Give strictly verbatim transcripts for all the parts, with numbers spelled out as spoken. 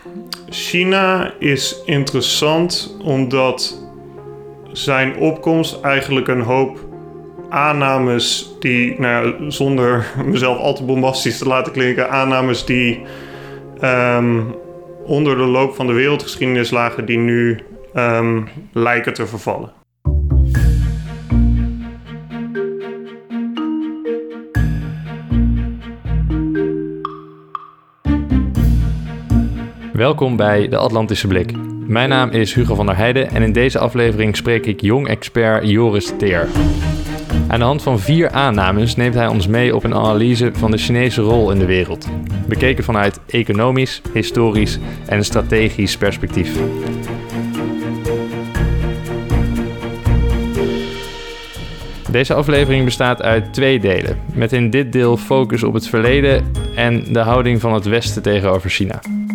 China is interessant omdat zijn opkomst eigenlijk een hoop aannames die, nou ja, zonder mezelf al te bombastisch te laten klinken, aannames die um, onder de loop van de wereldgeschiedenis lagen, die nu um, lijken te vervallen. Welkom bij de Atlantische Blik. Mijn naam is Hugo van der Heijden en in deze aflevering spreek ik jong expert Joris Teer. Aan de hand van vier aannames neemt hij ons mee op een analyse van de Chinese rol in de wereld. Bekeken vanuit economisch, historisch en strategisch perspectief. Deze aflevering bestaat uit twee delen, met in dit deel focus op het verleden en de houding van het Westen tegenover China.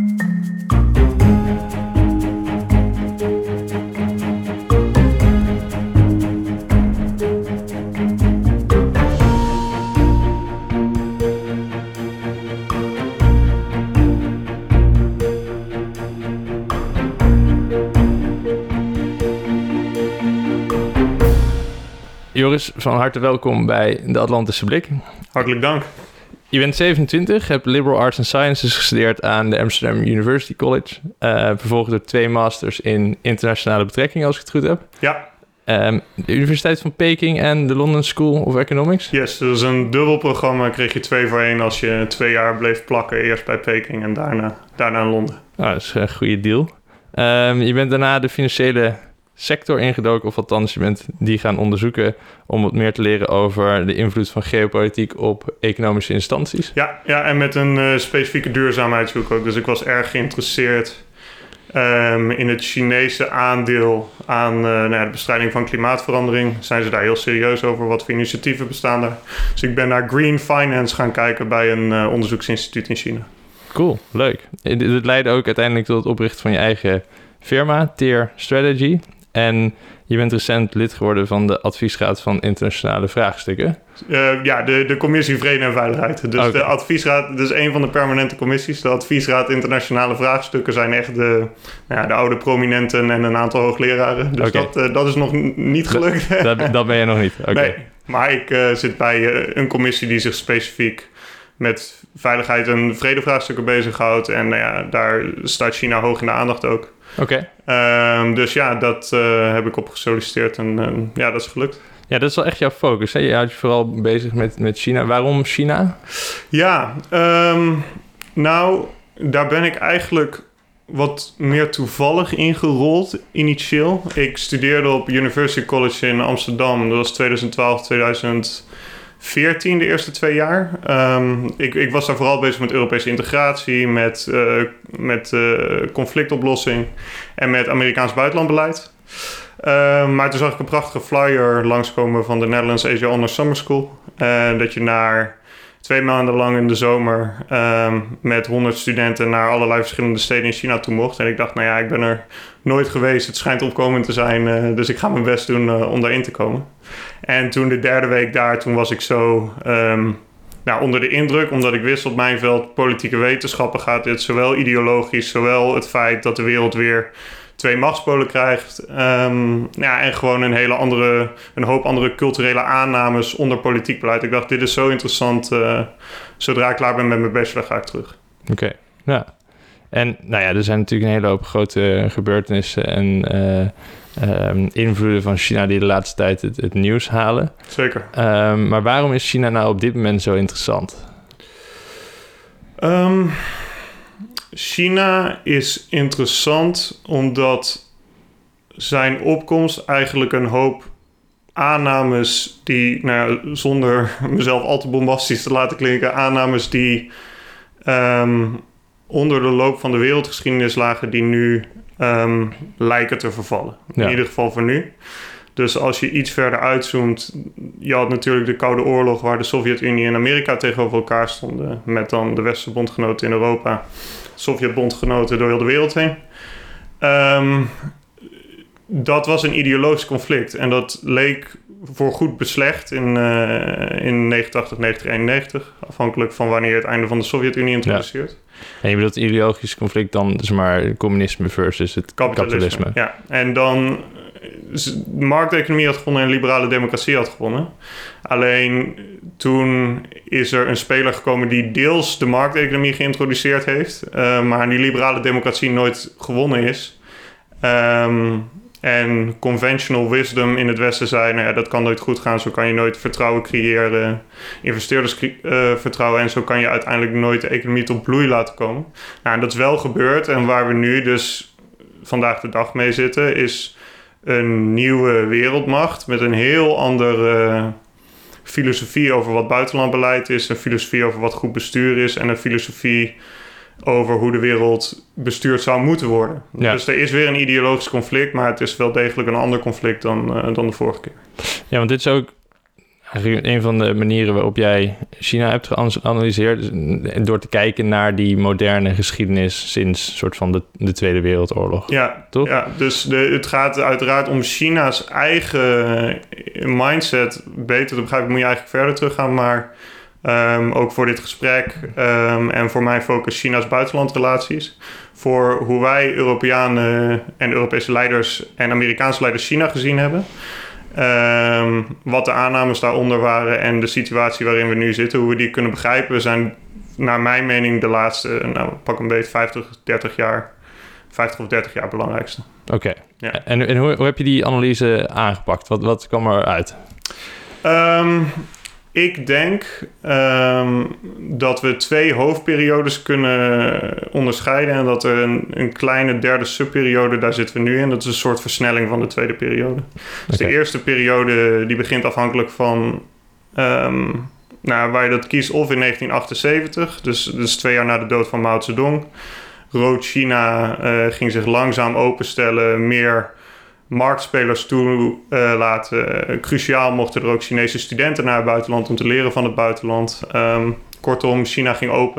Joris, van harte welkom bij de Atlantische Blik. Hartelijk dank. Je bent zevenentwintig, hebt Liberal Arts and Sciences gestudeerd aan de Amsterdam University College. Uh, vervolgens door twee masters in internationale betrekkingen, als ik het goed heb. Ja. Um, de Universiteit van Peking en de London School of Economics. Yes, dat is een dubbel programma. Kreeg je twee voor één als je twee jaar bleef plakken. Eerst bij Peking en daarna, daarna in Londen. Nou, dat is een goede deal. Um, je bent daarna de financiële sector ingedoken, of althans je bent die gaan onderzoeken om wat meer te leren over de invloed van geopolitiek op economische instanties. Ja, ja en met een uh, specifieke duurzaamheidshoek ook. Dus ik was erg geïnteresseerd um, in het Chinese aandeel aan uh, nou ja, de bestrijding van klimaatverandering. Zijn ze daar heel serieus over? Wat voor initiatieven bestaan daar? Dus ik ben naar Green Finance gaan kijken bij een uh, onderzoeksinstituut in China. Cool, leuk. Dit leidde ook uiteindelijk tot het oprichten van je eigen firma, Teer Strategy. En je bent recent lid geworden van de adviesraad van internationale vraagstukken. Uh, ja, de, de commissie Vrede en Veiligheid. Dus okay. De adviesraad, dus een van de permanente commissies. De adviesraad internationale vraagstukken zijn echt de, nou ja, de oude prominenten en een aantal hoogleraren. Dus okay. dat, uh, dat is nog n- niet gelukt. Dat, dat, dat ben je nog niet? Okay. Nee, maar ik uh, zit bij uh, een commissie die zich specifiek met veiligheid en vredevraagstukken bezighoudt. En uh, ja, daar staat China hoog in de aandacht ook. Oké. Okay. Um, dus ja, dat uh, heb ik op gesolliciteerd en uh, ja, dat is gelukt. Ja, dat is wel echt jouw focus, hè? Je houdt je vooral bezig met, met China. Waarom China? Ja, um, nou, daar ben ik eigenlijk wat meer toevallig ingerold initieel. Ik studeerde op University College in Amsterdam. Dat was twintig twaalf, twintig veertien, de eerste twee jaar. Um, ik, ik was daar vooral bezig met Europese integratie, met, uh, met uh, conflictoplossing en met Amerikaans buitenlandbeleid. Uh, maar toen zag ik een prachtige flyer langskomen van de Netherlands Asia Honors Summer School. Uh, dat je naar twee maanden lang in de zomer um, met honderd studenten naar allerlei verschillende steden in China toe mocht. En ik dacht, nou ja, ik ben er nooit geweest. Het schijnt opkomend te zijn, uh, dus ik ga mijn best doen uh, om daarin te komen. En toen de derde week daar, toen was ik zo um, nou, onder de indruk, omdat ik wist op mijn veld politieke wetenschappen gaat dit zowel ideologisch, zowel het feit dat de wereld weer twee machtspolen krijgt. Um, ja, en gewoon een hele andere, een hoop andere culturele aannames onder politiek beleid. Ik dacht, dit is zo interessant. Uh, zodra ik klaar ben met mijn bachelor, ga ik terug. Oké, okay. Ja. En nou ja, er zijn natuurlijk een hele hoop grote gebeurtenissen en uh, um, invloeden van China die de laatste tijd het, het nieuws halen. Zeker. Um, maar waarom is China nou op dit moment zo interessant? Um, China is interessant omdat zijn opkomst eigenlijk een hoop aannames die, nou ja, zonder mezelf al te bombastisch te laten klinken, aannames die um, onder de loop van de wereldgeschiedenis lagen, die nu um, lijken te vervallen. Ja. In ieder geval voor nu. Dus als je iets verder uitzoomt, je had natuurlijk de Koude Oorlog waar de Sovjet-Unie en Amerika tegenover elkaar stonden, met dan de westerse bondgenoten in Europa, Sovjet-bondgenoten door heel de wereld heen. Um, dat was een ideologisch conflict en dat leek voor goed beslecht in, uh, in negenentachtig, negentig, eenennegentig. Afhankelijk van wanneer het einde van de Sovjet-Unie introduceert. Ja. En je bedoelt het ideologisch conflict dan, dus maar communisme versus het kapitalisme. kapitalisme. Ja, en dan de markteconomie had gewonnen en liberale democratie had gewonnen. Alleen toen is er een speler gekomen die deels de markteconomie geïntroduceerd heeft, uh, maar die liberale democratie nooit gewonnen is. Um, en conventional wisdom in het Westen zei, nou ja, dat kan nooit goed gaan, zo kan je nooit vertrouwen creëren, investeerders uh, vertrouwen en zo kan je uiteindelijk nooit de economie tot bloei laten komen. Nou, dat is wel gebeurd en waar we nu dus vandaag de dag mee zitten is een nieuwe wereldmacht met een heel andere uh, filosofie over wat buitenlandbeleid is, een filosofie over wat goed bestuur is en een filosofie over hoe de wereld bestuurd zou moeten worden. Ja. Dus er is weer een ideologisch conflict, maar het is wel degelijk een ander conflict dan, uh, dan de vorige keer. Ja, want dit is ook eigenlijk een van de manieren waarop jij China hebt geanalyseerd, door te kijken naar die moderne geschiedenis sinds soort van de, de Tweede Wereldoorlog. Ja, toch? Ja, dus de, het gaat uiteraard om China's eigen mindset beter te begrijpen. Moet je eigenlijk verder teruggaan, maar Um, ook voor dit gesprek um, en voor mijn focus China's buitenlandrelaties. Voor hoe wij Europeanen en Europese leiders en Amerikaanse leiders China gezien hebben. Um, wat de aannames daaronder waren en de situatie waarin we nu zitten. Hoe we die kunnen begrijpen zijn naar mijn mening de laatste, nou pak een beetje vijftig, dertig jaar, vijftig of dertig jaar belangrijkste. Oké. Okay. Ja. En, en hoe, hoe heb je die analyse aangepakt? Wat, wat kwam eruit? Um, Ik denk um, dat we twee hoofdperiodes kunnen onderscheiden en dat er een, een kleine derde subperiode, daar zitten we nu in. Dat is een soort versnelling van de tweede periode. Dus okay. De eerste periode die begint afhankelijk van um, nou, waar je dat kiest, of in negentien achtenzeventig, dus, dus twee jaar na de dood van Mao Zedong. Rood China uh, ging zich langzaam openstellen, meer marktspelers toelaten. Uh, Cruciaal mochten er ook Chinese studenten naar het buitenland om te leren van het buitenland. Um, kortom, China ging open.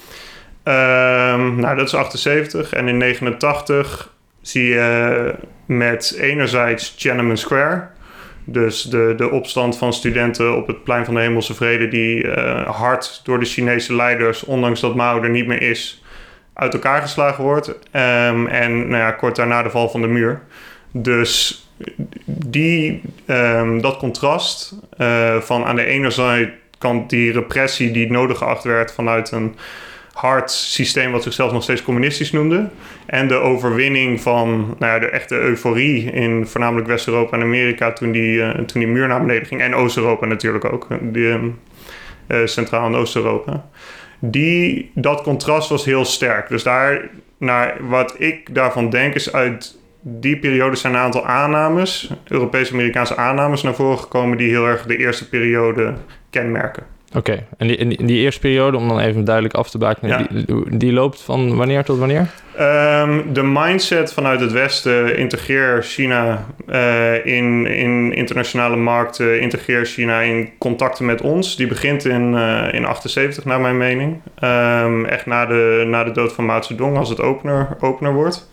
Um, nou, dat is achtenzeventig. En in negenentachtig zie je met enerzijds Tiananmen Square, dus de, de opstand van studenten op het plein van de Hemelse Vrede, die uh, hard door de Chinese leiders, ondanks dat Mao er niet meer is, uit elkaar geslagen wordt. Um, en nou ja, kort daarna de val van de muur. Dus die, um, dat contrast uh, van aan de ene kant die repressie die nodig geacht werd vanuit een hard systeem wat zichzelf nog steeds communistisch noemde. En de overwinning van nou ja, de echte euforie in voornamelijk West-Europa en Amerika toen die, uh, toen die muur naar beneden ging. En Oost-Europa natuurlijk ook, die, uh, Centraal- en Oost-Europa. Die, dat contrast was heel sterk. Dus daar, naar wat ik daarvan denk is uit die periode zijn een aantal aannames, Europees-Amerikaanse aannames naar voren gekomen die heel erg de eerste periode kenmerken. Oké, okay. en, die, en die, die eerste periode, om dan even duidelijk af te bakenen, ja. die, die loopt van wanneer tot wanneer? Um, de mindset vanuit het Westen, integreer China uh, in, in internationale markten, integreer China in contacten met ons, die begint in, uh, in achtenzeventig naar mijn mening. Um, echt na de, na de dood van Mao Zedong als het opener, opener wordt.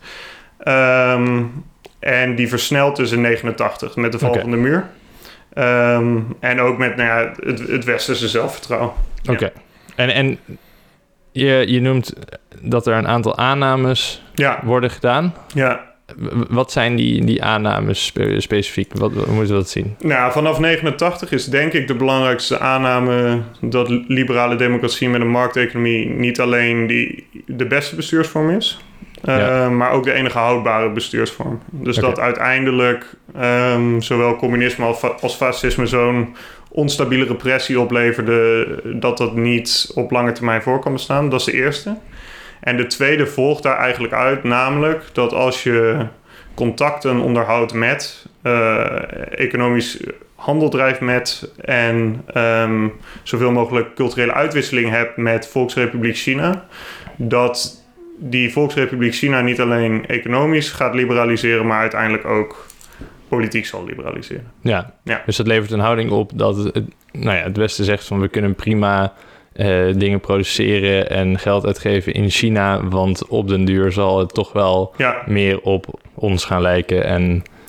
Um, en die versnelt dus in negenentachtig met de val okay. van de muur. Um, en ook met nou ja, het, het westerse zelfvertrouwen. Oké. Okay. Ja. En, en je, je noemt dat er een aantal aannames ja. worden gedaan. Ja. Wat zijn die, die aannames spe- specifiek? Wat, hoe moeten we dat zien? Nou, vanaf negenentachtig is denk ik de belangrijkste aanname dat liberale democratie met een markteconomie niet alleen die, de beste bestuursvorm is, Uh, ja. maar ook de enige houdbare bestuursvorm. Dus okay. dat uiteindelijk um, zowel communisme als, als fascisme zo'n onstabiele repressie opleverde dat dat niet op lange termijn voor kan bestaan. Dat is de eerste. En de tweede volgt daar eigenlijk uit, namelijk dat als je contacten onderhoudt met, uh, economisch handel drijft met en um, zoveel mogelijk culturele uitwisseling hebt met Volksrepubliek China, dat die Volksrepubliek China niet alleen economisch gaat liberaliseren, maar uiteindelijk ook politiek zal liberaliseren. Ja, ja. Dus dat levert een houding op dat het, nou ja, het Westen zegt van we kunnen prima uh, dingen produceren en geld uitgeven in China, want op den duur zal het toch wel ja. meer op ons gaan lijken en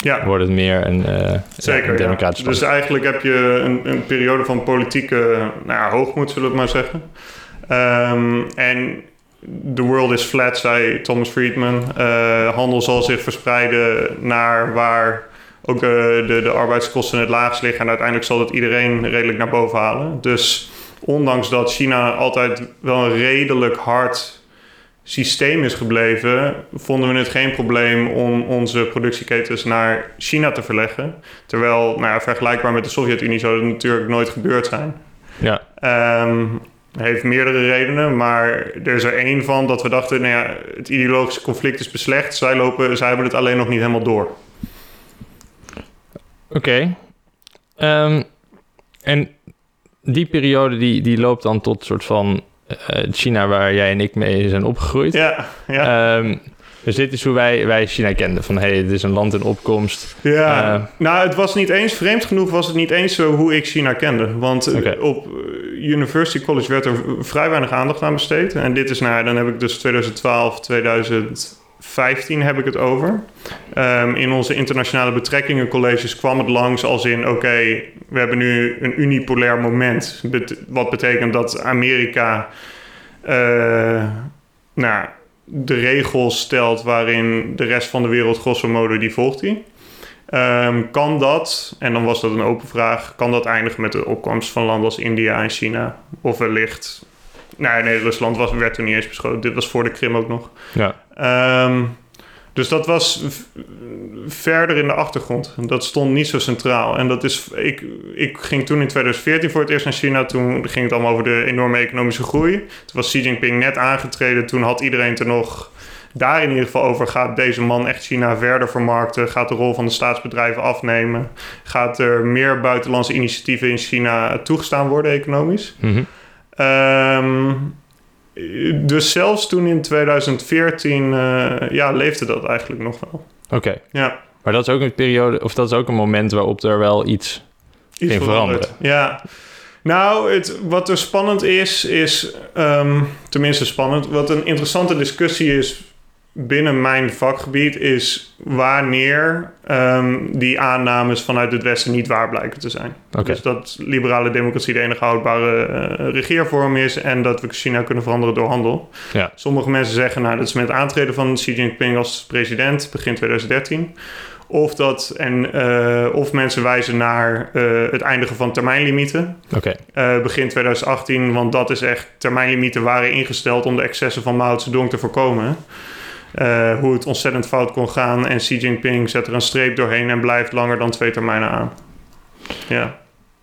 Ja. wordt het meer een, uh, Zeker, een democratisch ja. Dus eigenlijk heb je een, een periode van politieke nou ja, hoogmoed, zullen we het maar zeggen. Um, en the world is flat, zei Thomas Friedman. Uh, handel zal zich verspreiden naar waar ook de, de, de arbeidskosten het laagst liggen. En uiteindelijk zal dat iedereen redelijk naar boven halen. Dus ondanks dat China altijd wel een redelijk hard systeem is gebleven, vonden we het geen probleem om onze productieketens naar China te verleggen. Terwijl, nou ja, vergelijkbaar met de Sovjet-Unie zou dat natuurlijk nooit gebeurd zijn. Ja. Um, heeft meerdere redenen, maar er is er één van dat we dachten, nou ja, het ideologische conflict is beslecht. Zij, lopen, zij hebben het alleen nog niet helemaal door. Oké. Okay. Um, en die periode die, die loopt dan tot soort van uh, China waar jij en ik mee zijn opgegroeid. Ja, ja. Um, dus dit is hoe wij, wij China kenden. Van, hé, hey, het is een land in opkomst. Ja, uh, nou, het was niet eens, vreemd genoeg was het niet eens zo hoe ik China kende. Want okay. op University College werd er vrij weinig aandacht aan besteed. En dit is, nou, dan heb ik dus twintig twaalf, twintig vijftien heb ik het over. Um, in onze internationale betrekkingen colleges kwam het langs als in, oké, okay, we hebben nu een unipolair moment. Bet- wat betekent dat Amerika uh, nou, de regels stelt waarin de rest van de wereld grosso modo die volgt die. Um, kan dat, en dan was dat een open vraag, kan dat eindigen met de opkomst van landen als India en China? Of wellicht, nee, nee Rusland was, werd toen niet eens beschoten. Dit was voor de Krim ook nog. Ja. Um, dus dat was v- verder in de achtergrond. Dat stond niet zo centraal. En dat is, ik, ik ging toen in twintig veertien voor het eerst naar China. Toen ging het allemaal over de enorme economische groei. Toen was Xi Jinping net aangetreden. Toen had iedereen het er nog daar in ieder geval over. Gaat deze man echt China verder vermarkten? Gaat de rol van de staatsbedrijven afnemen? Gaat er meer buitenlandse initiatieven in China toegestaan worden economisch? Mm-hmm. Um, Dus zelfs toen in twintig veertien uh, ja, leefde dat eigenlijk nog wel. Oké. Okay. Ja. Maar dat is ook een periode, of dat is ook een moment waarop er wel iets, iets ging veranderen. Ja. Nou, het, wat er spannend is, is um, tenminste spannend. Wat een interessante discussie is binnen mijn vakgebied is wanneer um, die aannames vanuit het Westen niet waar blijken te zijn. Okay. Dus dat liberale democratie de enige houdbare uh, regeervorm is en dat we China kunnen veranderen door handel. Ja. Sommige mensen zeggen, nou, dat is met het aantreden van Xi Jinping als president begin twintig dertien. Of, dat, en, uh, of mensen wijzen naar uh, het eindigen van termijnlimieten. Okay. Uh, begin twintig achttien, want dat is echt, termijnlimieten waren ingesteld om de excessen van Mao Zedong te voorkomen. Uh, hoe het ontzettend fout kon gaan. En Xi Jinping zet er een streep doorheen en blijft langer dan twee termijnen aan. Ja.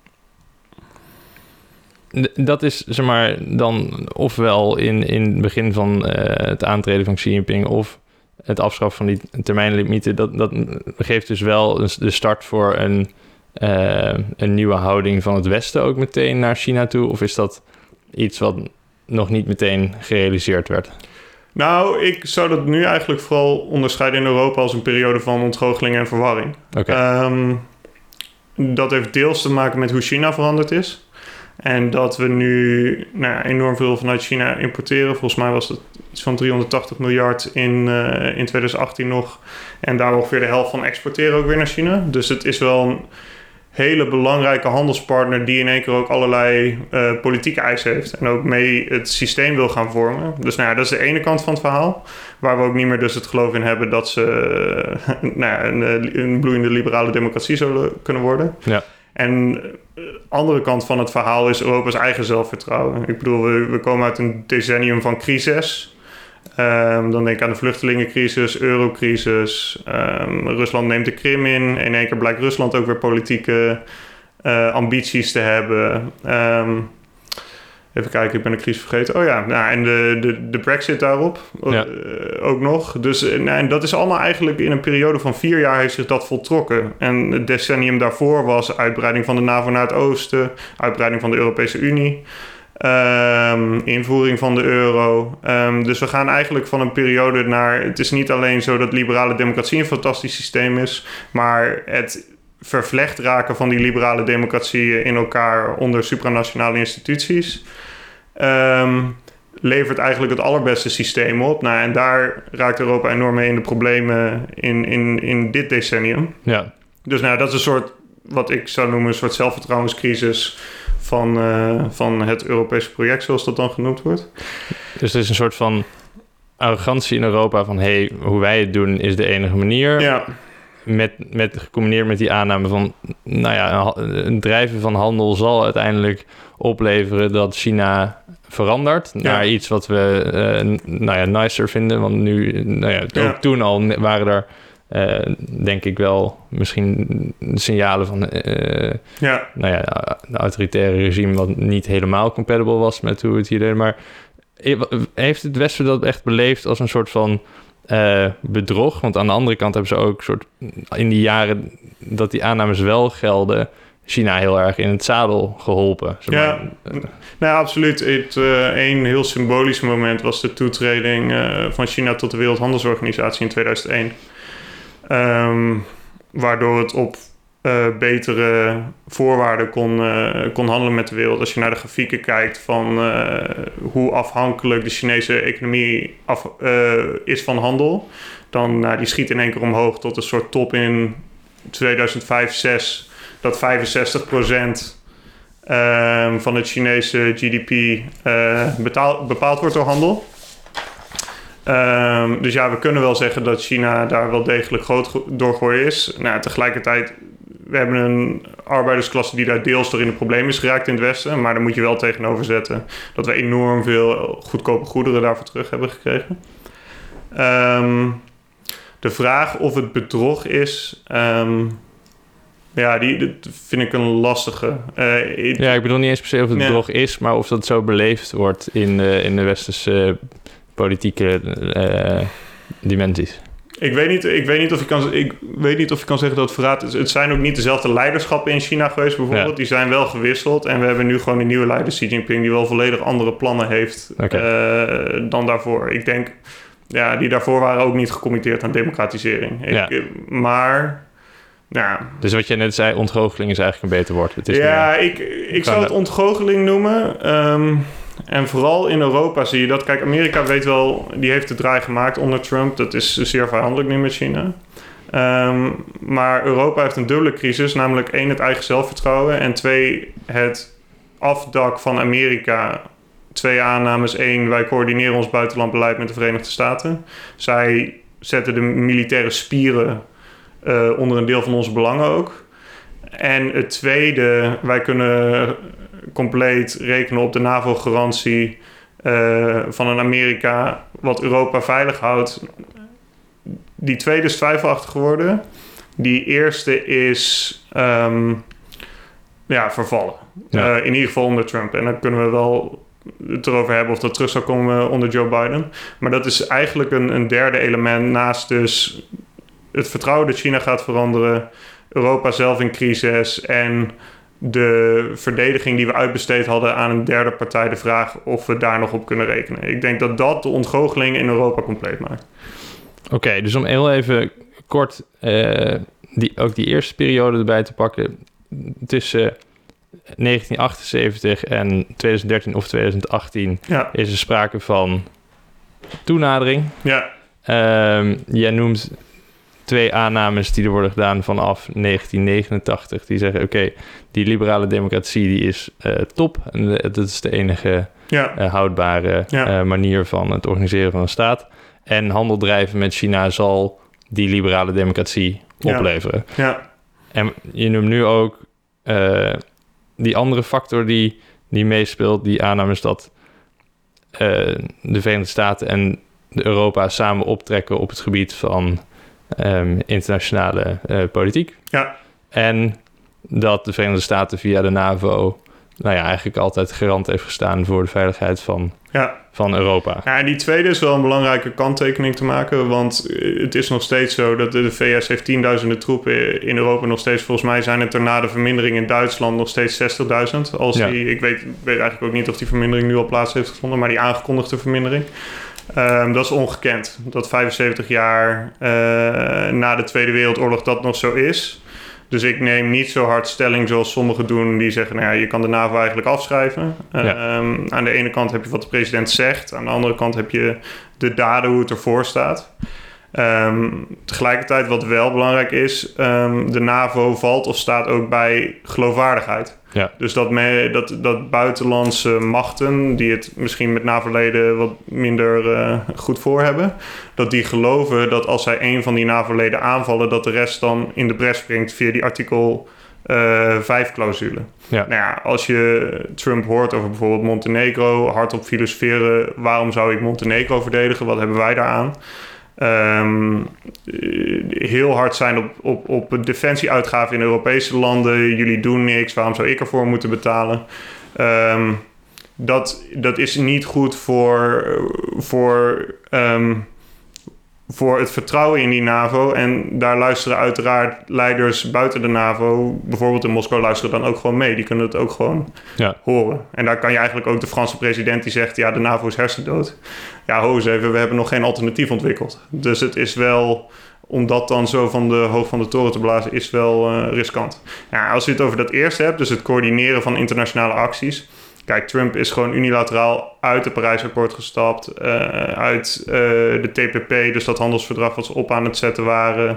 Dat is, zeg maar, dan ofwel in, in het begin van uh, het aantreden van Xi Jinping of het afschaffen van die termijnlimieten. Dat, dat geeft dus wel de start voor een, uh, een nieuwe houding van het Westen ook meteen naar China toe. Of is dat iets wat nog niet meteen gerealiseerd werd? Nou, ik zou dat nu eigenlijk vooral onderscheiden in Europa als een periode van ontgoocheling en verwarring. Okay. Um, dat heeft deels te maken met hoe China veranderd is. En dat we nu nou ja, enorm veel vanuit China importeren. Volgens mij was het iets van driehonderdtachtig miljard in, uh, in twintig achttien nog. En daar ongeveer de helft van exporteren ook weer naar China. Dus het is wel een hele belangrijke handelspartner die in één keer ook allerlei uh, politieke eisen heeft. En ook mee het systeem wil gaan vormen. Dus nou ja, dat is de ene kant van het verhaal. Waar we ook niet meer dus het geloof in hebben dat ze uh, nou ja, een, een bloeiende liberale democratie zullen kunnen worden. Ja. En de andere kant van het verhaal is Europa's eigen zelfvertrouwen. Ik bedoel, we, we komen uit een decennium van crisis. Um, dan denk ik aan de vluchtelingencrisis, eurocrisis. Um, Rusland neemt de Krim in. In één keer blijkt Rusland ook weer politieke uh, ambities te hebben. Um, even kijken, ik ben de crisis vergeten. Oh ja, nou, en de, de, de Brexit daarop ja. uh, ook nog. Dus uh, nou, en dat is allemaal eigenlijk in een periode van vier jaar heeft zich dat voltrokken. En het decennium daarvoor was uitbreiding van de NAVO naar het oosten, uitbreiding van de Europese Unie. Um, invoering van de euro. Um, dus we gaan eigenlijk van een periode naar... Het is niet alleen zo dat liberale democratie een fantastisch systeem is, maar het vervlecht raken van die liberale democratieën in elkaar onder supranationale instituties. Um, levert eigenlijk het allerbeste systeem op. Nou, en daar raakt Europa enorm mee in de problemen in, in, in dit decennium. Ja. Dus nou, dat is een soort, wat ik zou noemen, een soort zelfvertrouwenscrisis van, uh, van het Europese project, zoals dat dan genoemd wordt. Dus er is een soort van arrogantie in Europa van, hey, hoe wij het doen is de enige manier. Ja. Met, met, gecombineerd met die aanname van, nou ja, een drijven van handel zal uiteindelijk opleveren dat China verandert ja. naar iets wat we uh, nou ja, nicer vinden. Want nu, nou ja, ook ja. toen al waren er, uh, denk ik wel, misschien signalen van uh, ja. nou ja, een autoritaire regime wat niet helemaal compatible was met hoe het hier deed. Maar heeft het Westen dat echt beleefd als een soort van uh, bedrog? Want aan de andere kant hebben ze ook soort in die jaren dat die aannames wel gelden, China heel erg in het zadel geholpen. Zeg maar. Ja, nou, absoluut. Het, uh, een heel symbolisch moment was de toetreding uh, van China tot de Wereldhandelsorganisatie in tweeduizend één. Um, waardoor het op uh, betere voorwaarden kon, uh, kon handelen met de wereld. Als je naar de grafieken kijkt van uh, hoe afhankelijk de Chinese economie af, uh, is van handel, dan nou, die schiet in één keer omhoog tot een soort top in tweeduizend vijf, zes, dat vijfenzestig procent uh, van het Chinese G D P uh, betaal, bepaald wordt door handel. Um, dus ja, we kunnen wel zeggen dat China daar wel degelijk groot door is. Nou, tegelijkertijd, we hebben een arbeidersklasse die daar deels door in de problemen is geraakt in het Westen. Maar daar moet je wel tegenover zetten dat we enorm veel goedkope goederen daarvoor terug hebben gekregen. Um, de vraag of het bedrog is, um, ja, die, die vind ik een lastige. Uh, it, ja, ik bedoel niet eens per se of het bedrog ja. is, maar of dat zo beleefd wordt in de, in de westerse politieke uh, dimensies. Ik weet niet, ik weet niet of je kan, ik weet niet of je kan zeggen dat het verraad is. Het zijn ook niet dezelfde leiderschappen in China geweest, bijvoorbeeld. Ja. Die zijn wel gewisseld. En we hebben nu gewoon een nieuwe leider, Xi Jinping, die wel volledig andere plannen heeft okay. uh, dan daarvoor. Ik denk, ja, die daarvoor waren ook niet gecommitteerd aan democratisering. Ik, ja. Maar, nou. Dus wat jij net zei, ontgoocheling is eigenlijk een beter woord. Het is ja, meer, ik, ik zou het ontgoocheling noemen. Um, En vooral in Europa zie je dat. Kijk, Amerika weet wel, die heeft de draai gemaakt onder Trump. Dat is zeer vijandelijk nu met China. Um, maar Europa heeft een dubbele crisis. Namelijk één, het eigen zelfvertrouwen. En twee, het afdak van Amerika. Twee aannames. Één, wij coördineren ons buitenlandbeleid met de Verenigde Staten. Zij zetten de militaire spieren uh, onder een deel van onze belangen ook. En het tweede, wij kunnen compleet rekenen op de NAVO-garantie uh, van een Amerika wat Europa veilig houdt. Die tweede is twijfelachtig geworden. Die eerste is um, ja, vervallen. Ja. Uh, in ieder geval onder Trump. En dan kunnen we wel het erover hebben of dat terug zou komen onder Joe Biden. Maar dat is eigenlijk een, een derde element naast dus het vertrouwen dat China gaat veranderen, Europa zelf in crisis en de verdediging die we uitbesteed hadden aan een derde partij, de vraag of we daar nog op kunnen rekenen. Ik denk dat dat de ontgoocheling in Europa compleet maakt. Oké, okay, dus om heel even kort uh, die, ook die eerste periode erbij te pakken. Tussen negentien achtenzeventig en twintig dertien of twintig achttien ja. is er sprake van toenadering. Ja. Um, jij noemt twee aannames die er worden gedaan vanaf negentien negenentachtig. Die zeggen, oké, okay, die liberale democratie die is uh, top. En de, dat is de enige ja. uh, houdbare ja. uh, manier van het organiseren van een staat. En handel drijven met China zal die liberale democratie ja. opleveren. Ja. En je noemt nu ook uh, die andere factor die, die meespeelt. Die aanname is dat uh, de Verenigde Staten en de Europa samen optrekken op het gebied van Um, internationale uh, politiek. Ja. En dat de Verenigde Staten via de NAVO nou ja, eigenlijk altijd garant heeft gestaan voor de veiligheid van, ja. van Europa. Ja, en die tweede is wel een belangrijke kanttekening te maken, want het is nog steeds zo dat de V S heeft tienduizenden troepen in Europa nog steeds. Volgens mij zijn het er na de vermindering in Duitsland nog steeds zestigduizend. Als ja. die, ik weet, weet eigenlijk ook niet of die vermindering nu al plaats heeft gevonden, maar die aangekondigde vermindering. Um, dat is ongekend. Dat vijfenzeventig jaar uh, na de Tweede Wereldoorlog dat nog zo is. Dus ik neem niet zo hard stelling zoals sommigen doen die zeggen, nou ja, je kan de NAVO eigenlijk afschrijven. Ja. Um, aan de ene kant heb je wat de president zegt, aan de andere kant heb je de daden, hoe het ervoor staat. Um, tegelijkertijd wat wel belangrijk is, um, de NAVO valt of staat ook bij geloofwaardigheid. Ja. Dus dat, me, dat, dat buitenlandse machten, die het misschien met NAVO-leden wat minder uh, goed voor hebben, dat die geloven dat als zij een van die NAVO-leden aanvallen, dat de rest dan in de bres springt via die artikel uh, vijf-clausule. Ja. Nou ja, als je Trump hoort over bijvoorbeeld Montenegro, hardop filosoferen, waarom zou ik Montenegro verdedigen? Wat hebben wij daaraan? Um, heel hard zijn op, op, op defensieuitgaven in Europese landen. Jullie doen niks, waarom zou ik ervoor moeten betalen? Um, dat, dat is niet goed voor, voor, um, voor het vertrouwen in die NAVO. En daar luisteren uiteraard leiders buiten de NAVO. Bijvoorbeeld in Moskou luisteren dan ook gewoon mee. Die kunnen het ook gewoon ja. horen. En daar kan je eigenlijk ook de Franse president die zegt, ja, de NAVO is hersendood. Ja, ho eens even, we hebben nog geen alternatief ontwikkeld. Dus het is wel, om dat dan zo van de hoog van de toren te blazen, is wel uh, riskant. Ja, als je het over dat eerste hebt, dus het coördineren van internationale acties. Kijk, Trump is gewoon unilateraal uit het Parijsakkoord gestapt, uh, uit uh, de T P P, dus dat handelsverdrag wat ze op aan het zetten waren.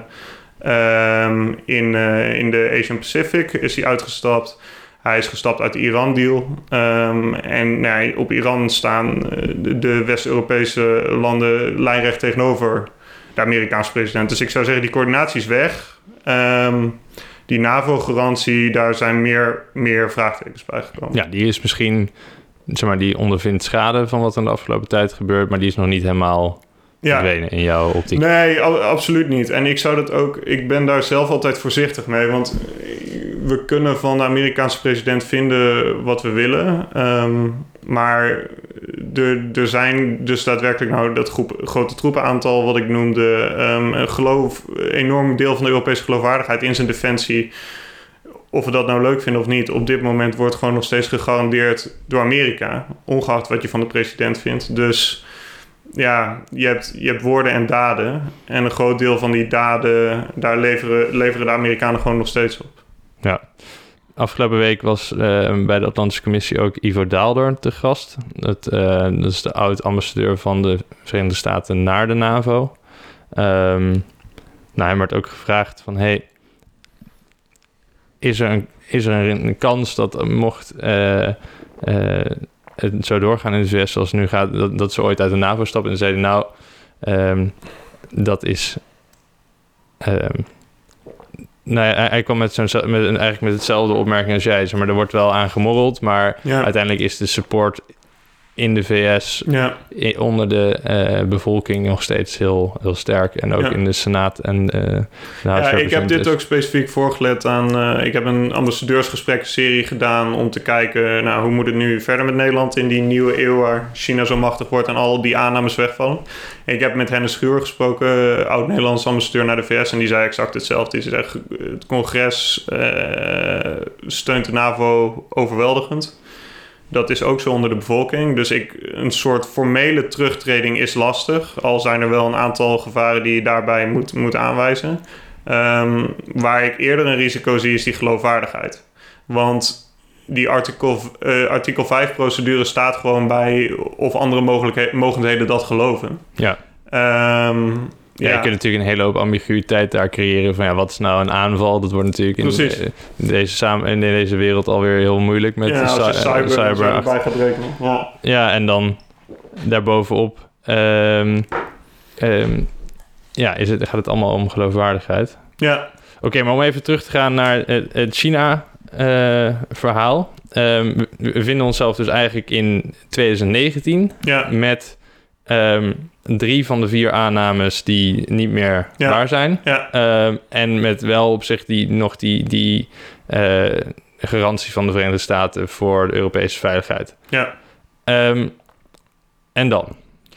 Um, in, uh, in de Asian Pacific is hij uitgestapt. Hij is gestapt uit de Iran-deal. Um, en nou, op Iran staan de, de West-Europese landen lijnrecht tegenover de Amerikaanse president. Dus ik zou zeggen, die coördinatie is weg. Um, die NAVO-garantie, daar zijn meer, meer vraagtekens bij gekomen. Ja, die is misschien, zeg maar, die ondervindt schade van wat er de afgelopen tijd gebeurt, maar die is nog niet helemaal ja. verdwenen in jouw optiek. Nee, a- absoluut niet. En ik zou dat ook, ik ben daar zelf altijd voorzichtig mee, want we kunnen van de Amerikaanse president vinden wat we willen. Um, maar er, er zijn dus daadwerkelijk nou dat groep, grote troepenaantal wat ik noemde. Um, een geloof, enorm deel van de Europese geloofwaardigheid in zijn defensie. Of we dat nou leuk vinden of niet. Op dit moment wordt gewoon nog steeds gegarandeerd door Amerika. Ongeacht wat je van de president vindt. Dus ja, je hebt, je hebt woorden en daden. En een groot deel van die daden, daar leveren, leveren de Amerikanen gewoon nog steeds op. Ja, afgelopen week was uh, bij de Atlantische Commissie ook Ivo Daalder te gast. Dat, uh, dat is de oud-ambassadeur van de Verenigde Staten naar de NAVO. Um, nou, hem werd ook gevraagd van, hey, is er een, is er een, een kans dat mocht uh, uh, het zo doorgaan in de V S zoals het nu gaat, dat, dat ze ooit uit de NAVO stappen? En zeiden, nou, um, dat is... Um, Nou ja, hij kwam met zo'n, met, eigenlijk met hetzelfde opmerking als jij. Zeg maar, er wordt wel aan gemorreld, maar ja. uiteindelijk is de support in de V S ja. in, onder de uh, bevolking nog steeds heel, heel sterk. En ook ja. in de Senaat en uh, de House ja, ik heb dit ook specifiek voorgelet aan... Uh, ik heb een ambassadeursgesprekken-serie gedaan om te kijken... nou, hoe moet het nu verder met Nederland in die nieuwe eeuw... waar China zo machtig wordt en al die aannames wegvallen. Ik heb met Hennis Schuur gesproken, oud-Nederlands ambassadeur naar de V S... en die zei exact hetzelfde. Die zei, het congres uh, steunt de NAVO overweldigend. Dat is ook zo onder de bevolking. Dus ik, een soort formele terugtreding is lastig. Al zijn er wel een aantal gevaren die je daarbij moet, moet aanwijzen. Um, waar ik eerder een risico zie is die geloofwaardigheid. Want die artikel, uh, artikel vijf procedure staat gewoon bij of andere mogelijkheden, mogelijkheden dat geloven. Ja. Um, Ja, ja, je kunt natuurlijk een hele hoop ambiguïteit daar creëren van ja, wat is nou een aanval? Dat wordt natuurlijk in, in, deze, samen, in deze wereld alweer heel moeilijk met ja, de als je cyber, cyber erbij gaat rekenen. Ja. ja, en dan daarbovenop um, um, ja, is het, gaat het allemaal om geloofwaardigheid. Ja. Oké, okay, maar om even terug te gaan naar het, het China-verhaal. Uh, um, we, we vinden onszelf dus eigenlijk in twintig negentien ja. met... Um, drie van de vier aannames die niet meer ja. waar zijn. Ja. Um, en met wel op zich die, nog die, die uh, garantie van de Verenigde Staten voor de Europese veiligheid. Ja. Um, en dan?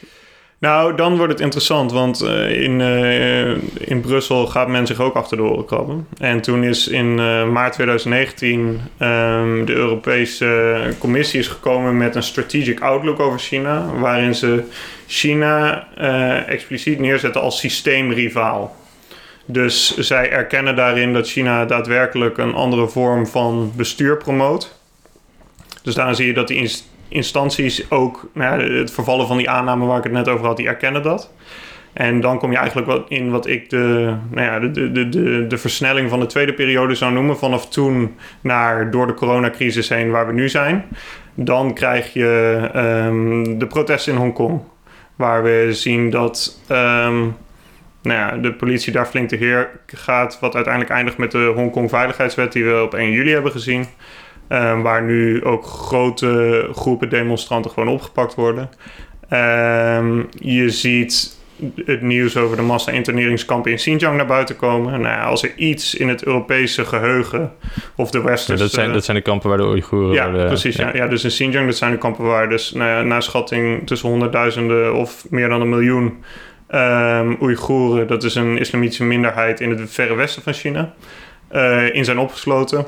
Nou, dan wordt het interessant, want uh, in, uh, in Brussel gaat men zich ook achter de oren krabben. En toen is in uh, maart twintig negentien um, de Europese Commissie is gekomen met een strategic outlook over China, waarin ze China uh, expliciet neerzetten als systeemrivaal. Dus zij erkennen daarin dat China daadwerkelijk een andere vorm van bestuur promoot. Dus daarom zie je dat die instanties ook, nou ja, het vervallen van die aanname waar ik het net over had, die erkennen dat. En dan kom je eigenlijk wat in wat ik de, nou ja, de, de, de, de versnelling van de tweede periode zou noemen. Vanaf toen naar door de coronacrisis heen waar we nu zijn. Dan krijg je um, de protesten in Hongkong. Waar we zien dat um, nou ja, de politie daar flink tekeer gaat. Wat uiteindelijk eindigt met de Hongkong Veiligheidswet die we op één juli hebben gezien. Um, waar nu ook grote groepen demonstranten gewoon opgepakt worden. Um, je ziet het nieuws over de massa-interneringskampen in Xinjiang naar buiten komen. Nou ja, als er iets in het Europese geheugen of de westerse... Ja, dat, zijn, dat zijn de kampen waar de Oeigoeren ja, worden... Precies, ja. Ja, ja, dus in Xinjiang, dat zijn de kampen waar dus nou ja, naar schatting tussen honderdduizenden of meer dan een miljoen um, Oeigoeren, dat is een islamitische minderheid in het verre westen van China, uh, in zijn opgesloten.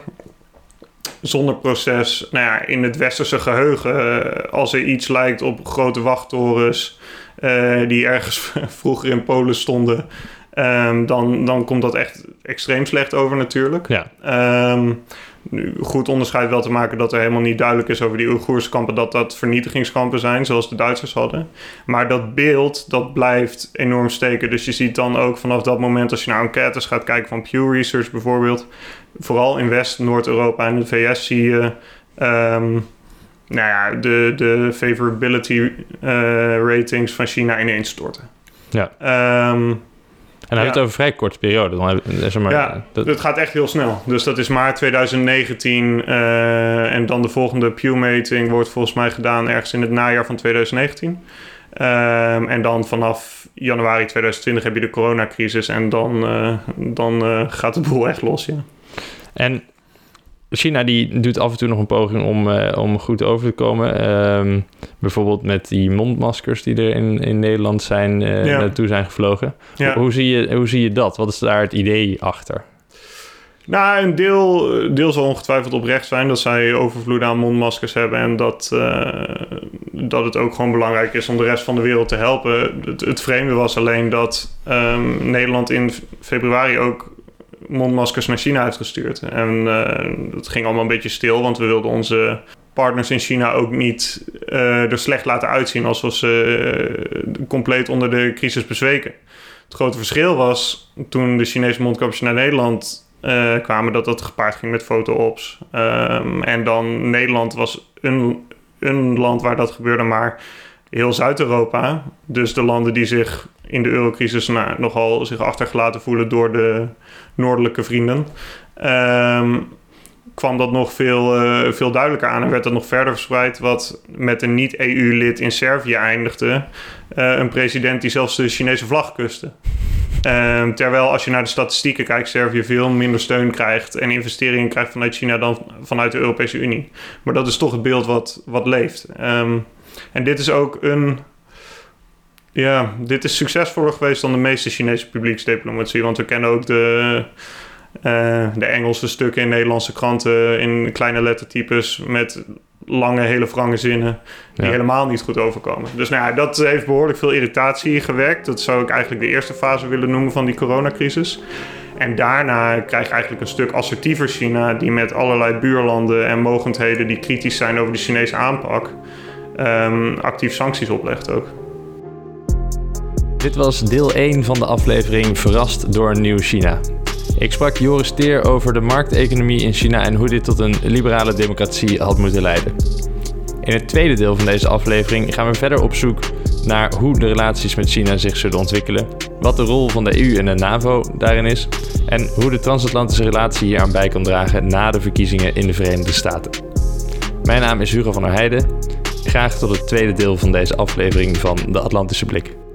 Zonder proces, nou ja, in het westerse geheugen, uh, als er iets lijkt op grote wachttorens Uh, die ergens vroeger in Polen stonden, um, dan, dan komt dat echt extreem slecht over natuurlijk. Ja. Um, nu, goed onderscheid wel te maken dat er helemaal niet duidelijk is over die Oeigoerse kampen, dat dat vernietigingskampen zijn, zoals de Duitsers hadden. Maar dat beeld, dat blijft enorm steken. Dus je ziet dan ook vanaf dat moment, als je naar enquêtes gaat kijken van Pew Research bijvoorbeeld, vooral in West, Noord-Europa en de V S zie je Um, nou ja, de, de favorability uh, ratings van China ineens storten. Ja. Um, en dan hebben we het over een vrij korte periode. Dan heb, zeg maar, ja, dat... het gaat echt heel snel. Dus dat is maart twintig negentien. Uh, en dan de volgende Pew-meting wordt volgens mij gedaan ergens in het najaar van twintig negentien. Um, en dan vanaf januari twintig twintig heb je de coronacrisis. En dan, uh, dan uh, gaat de boel echt los, ja. En China die doet af en toe nog een poging om, uh, om goed over te komen. Um, bijvoorbeeld met die mondmaskers die er in, in Nederland zijn, uh, ja. naartoe zijn gevlogen. Ja. Hoe, hoe, zie je, hoe zie je dat? Wat is daar het idee achter? Nou, een deel, deel zal ongetwijfeld oprecht zijn dat zij overvloed aan mondmaskers hebben en dat, uh, dat het ook gewoon belangrijk is om de rest van de wereld te helpen. Het, het vreemde was alleen dat um, Nederland in februari ook mondmaskers naar China heeft gestuurd. En uh, dat ging allemaal een beetje stil, want we wilden onze partners in China ook niet uh, er slecht laten uitzien als we ze uh, compleet onder de crisis bezweken. Het grote verschil was toen de Chinese mondkapjes naar Nederland uh, kwamen, dat dat gepaard ging met foto-ops. Um, en dan Nederland was een, een land waar dat gebeurde, maar heel Zuid-Europa, dus de landen die zich in de eurocrisis nou, nogal zich achtergelaten voelen door de noordelijke vrienden, um, kwam dat nog veel, uh, veel duidelijker aan en werd dat nog verder verspreid, wat met een niet-E U-lid in Servië eindigde. Uh, een president die zelfs de Chinese vlag kuste. Um, terwijl als je naar de statistieken kijkt, Servië veel minder steun krijgt en investeringen krijgt vanuit China dan vanuit de Europese Unie. Maar dat is toch het beeld wat, wat leeft. Um, en dit is ook een... Ja, dit is succesvoller geweest dan de meeste Chinese publieksdiplomatie. Want we kennen ook de, uh, de Engelse stukken in Nederlandse kranten in kleine lettertypes met lange, hele wrange zinnen die ja. helemaal niet goed overkomen. Dus nou ja, dat heeft behoorlijk veel irritatie gewekt. Dat zou ik eigenlijk de eerste fase willen noemen van die coronacrisis. En daarna krijg je eigenlijk een stuk assertiever China die met allerlei buurlanden en mogendheden die kritisch zijn over de Chinese aanpak um, actief sancties oplegt ook. Dit was deel één van de aflevering Verrast door een nieuw China. Ik sprak Joris Teer over de markteconomie in China en hoe dit tot een liberale democratie had moeten leiden. In het tweede deel van deze aflevering gaan we verder op zoek naar hoe de relaties met China zich zullen ontwikkelen, wat de rol van de E U en de NAVO daarin is en hoe de transatlantische relatie hier aan bij kan dragen na de verkiezingen in de Verenigde Staten. Mijn naam is Hugo van der Heijden. Graag tot het tweede deel van deze aflevering van De Atlantische Blik.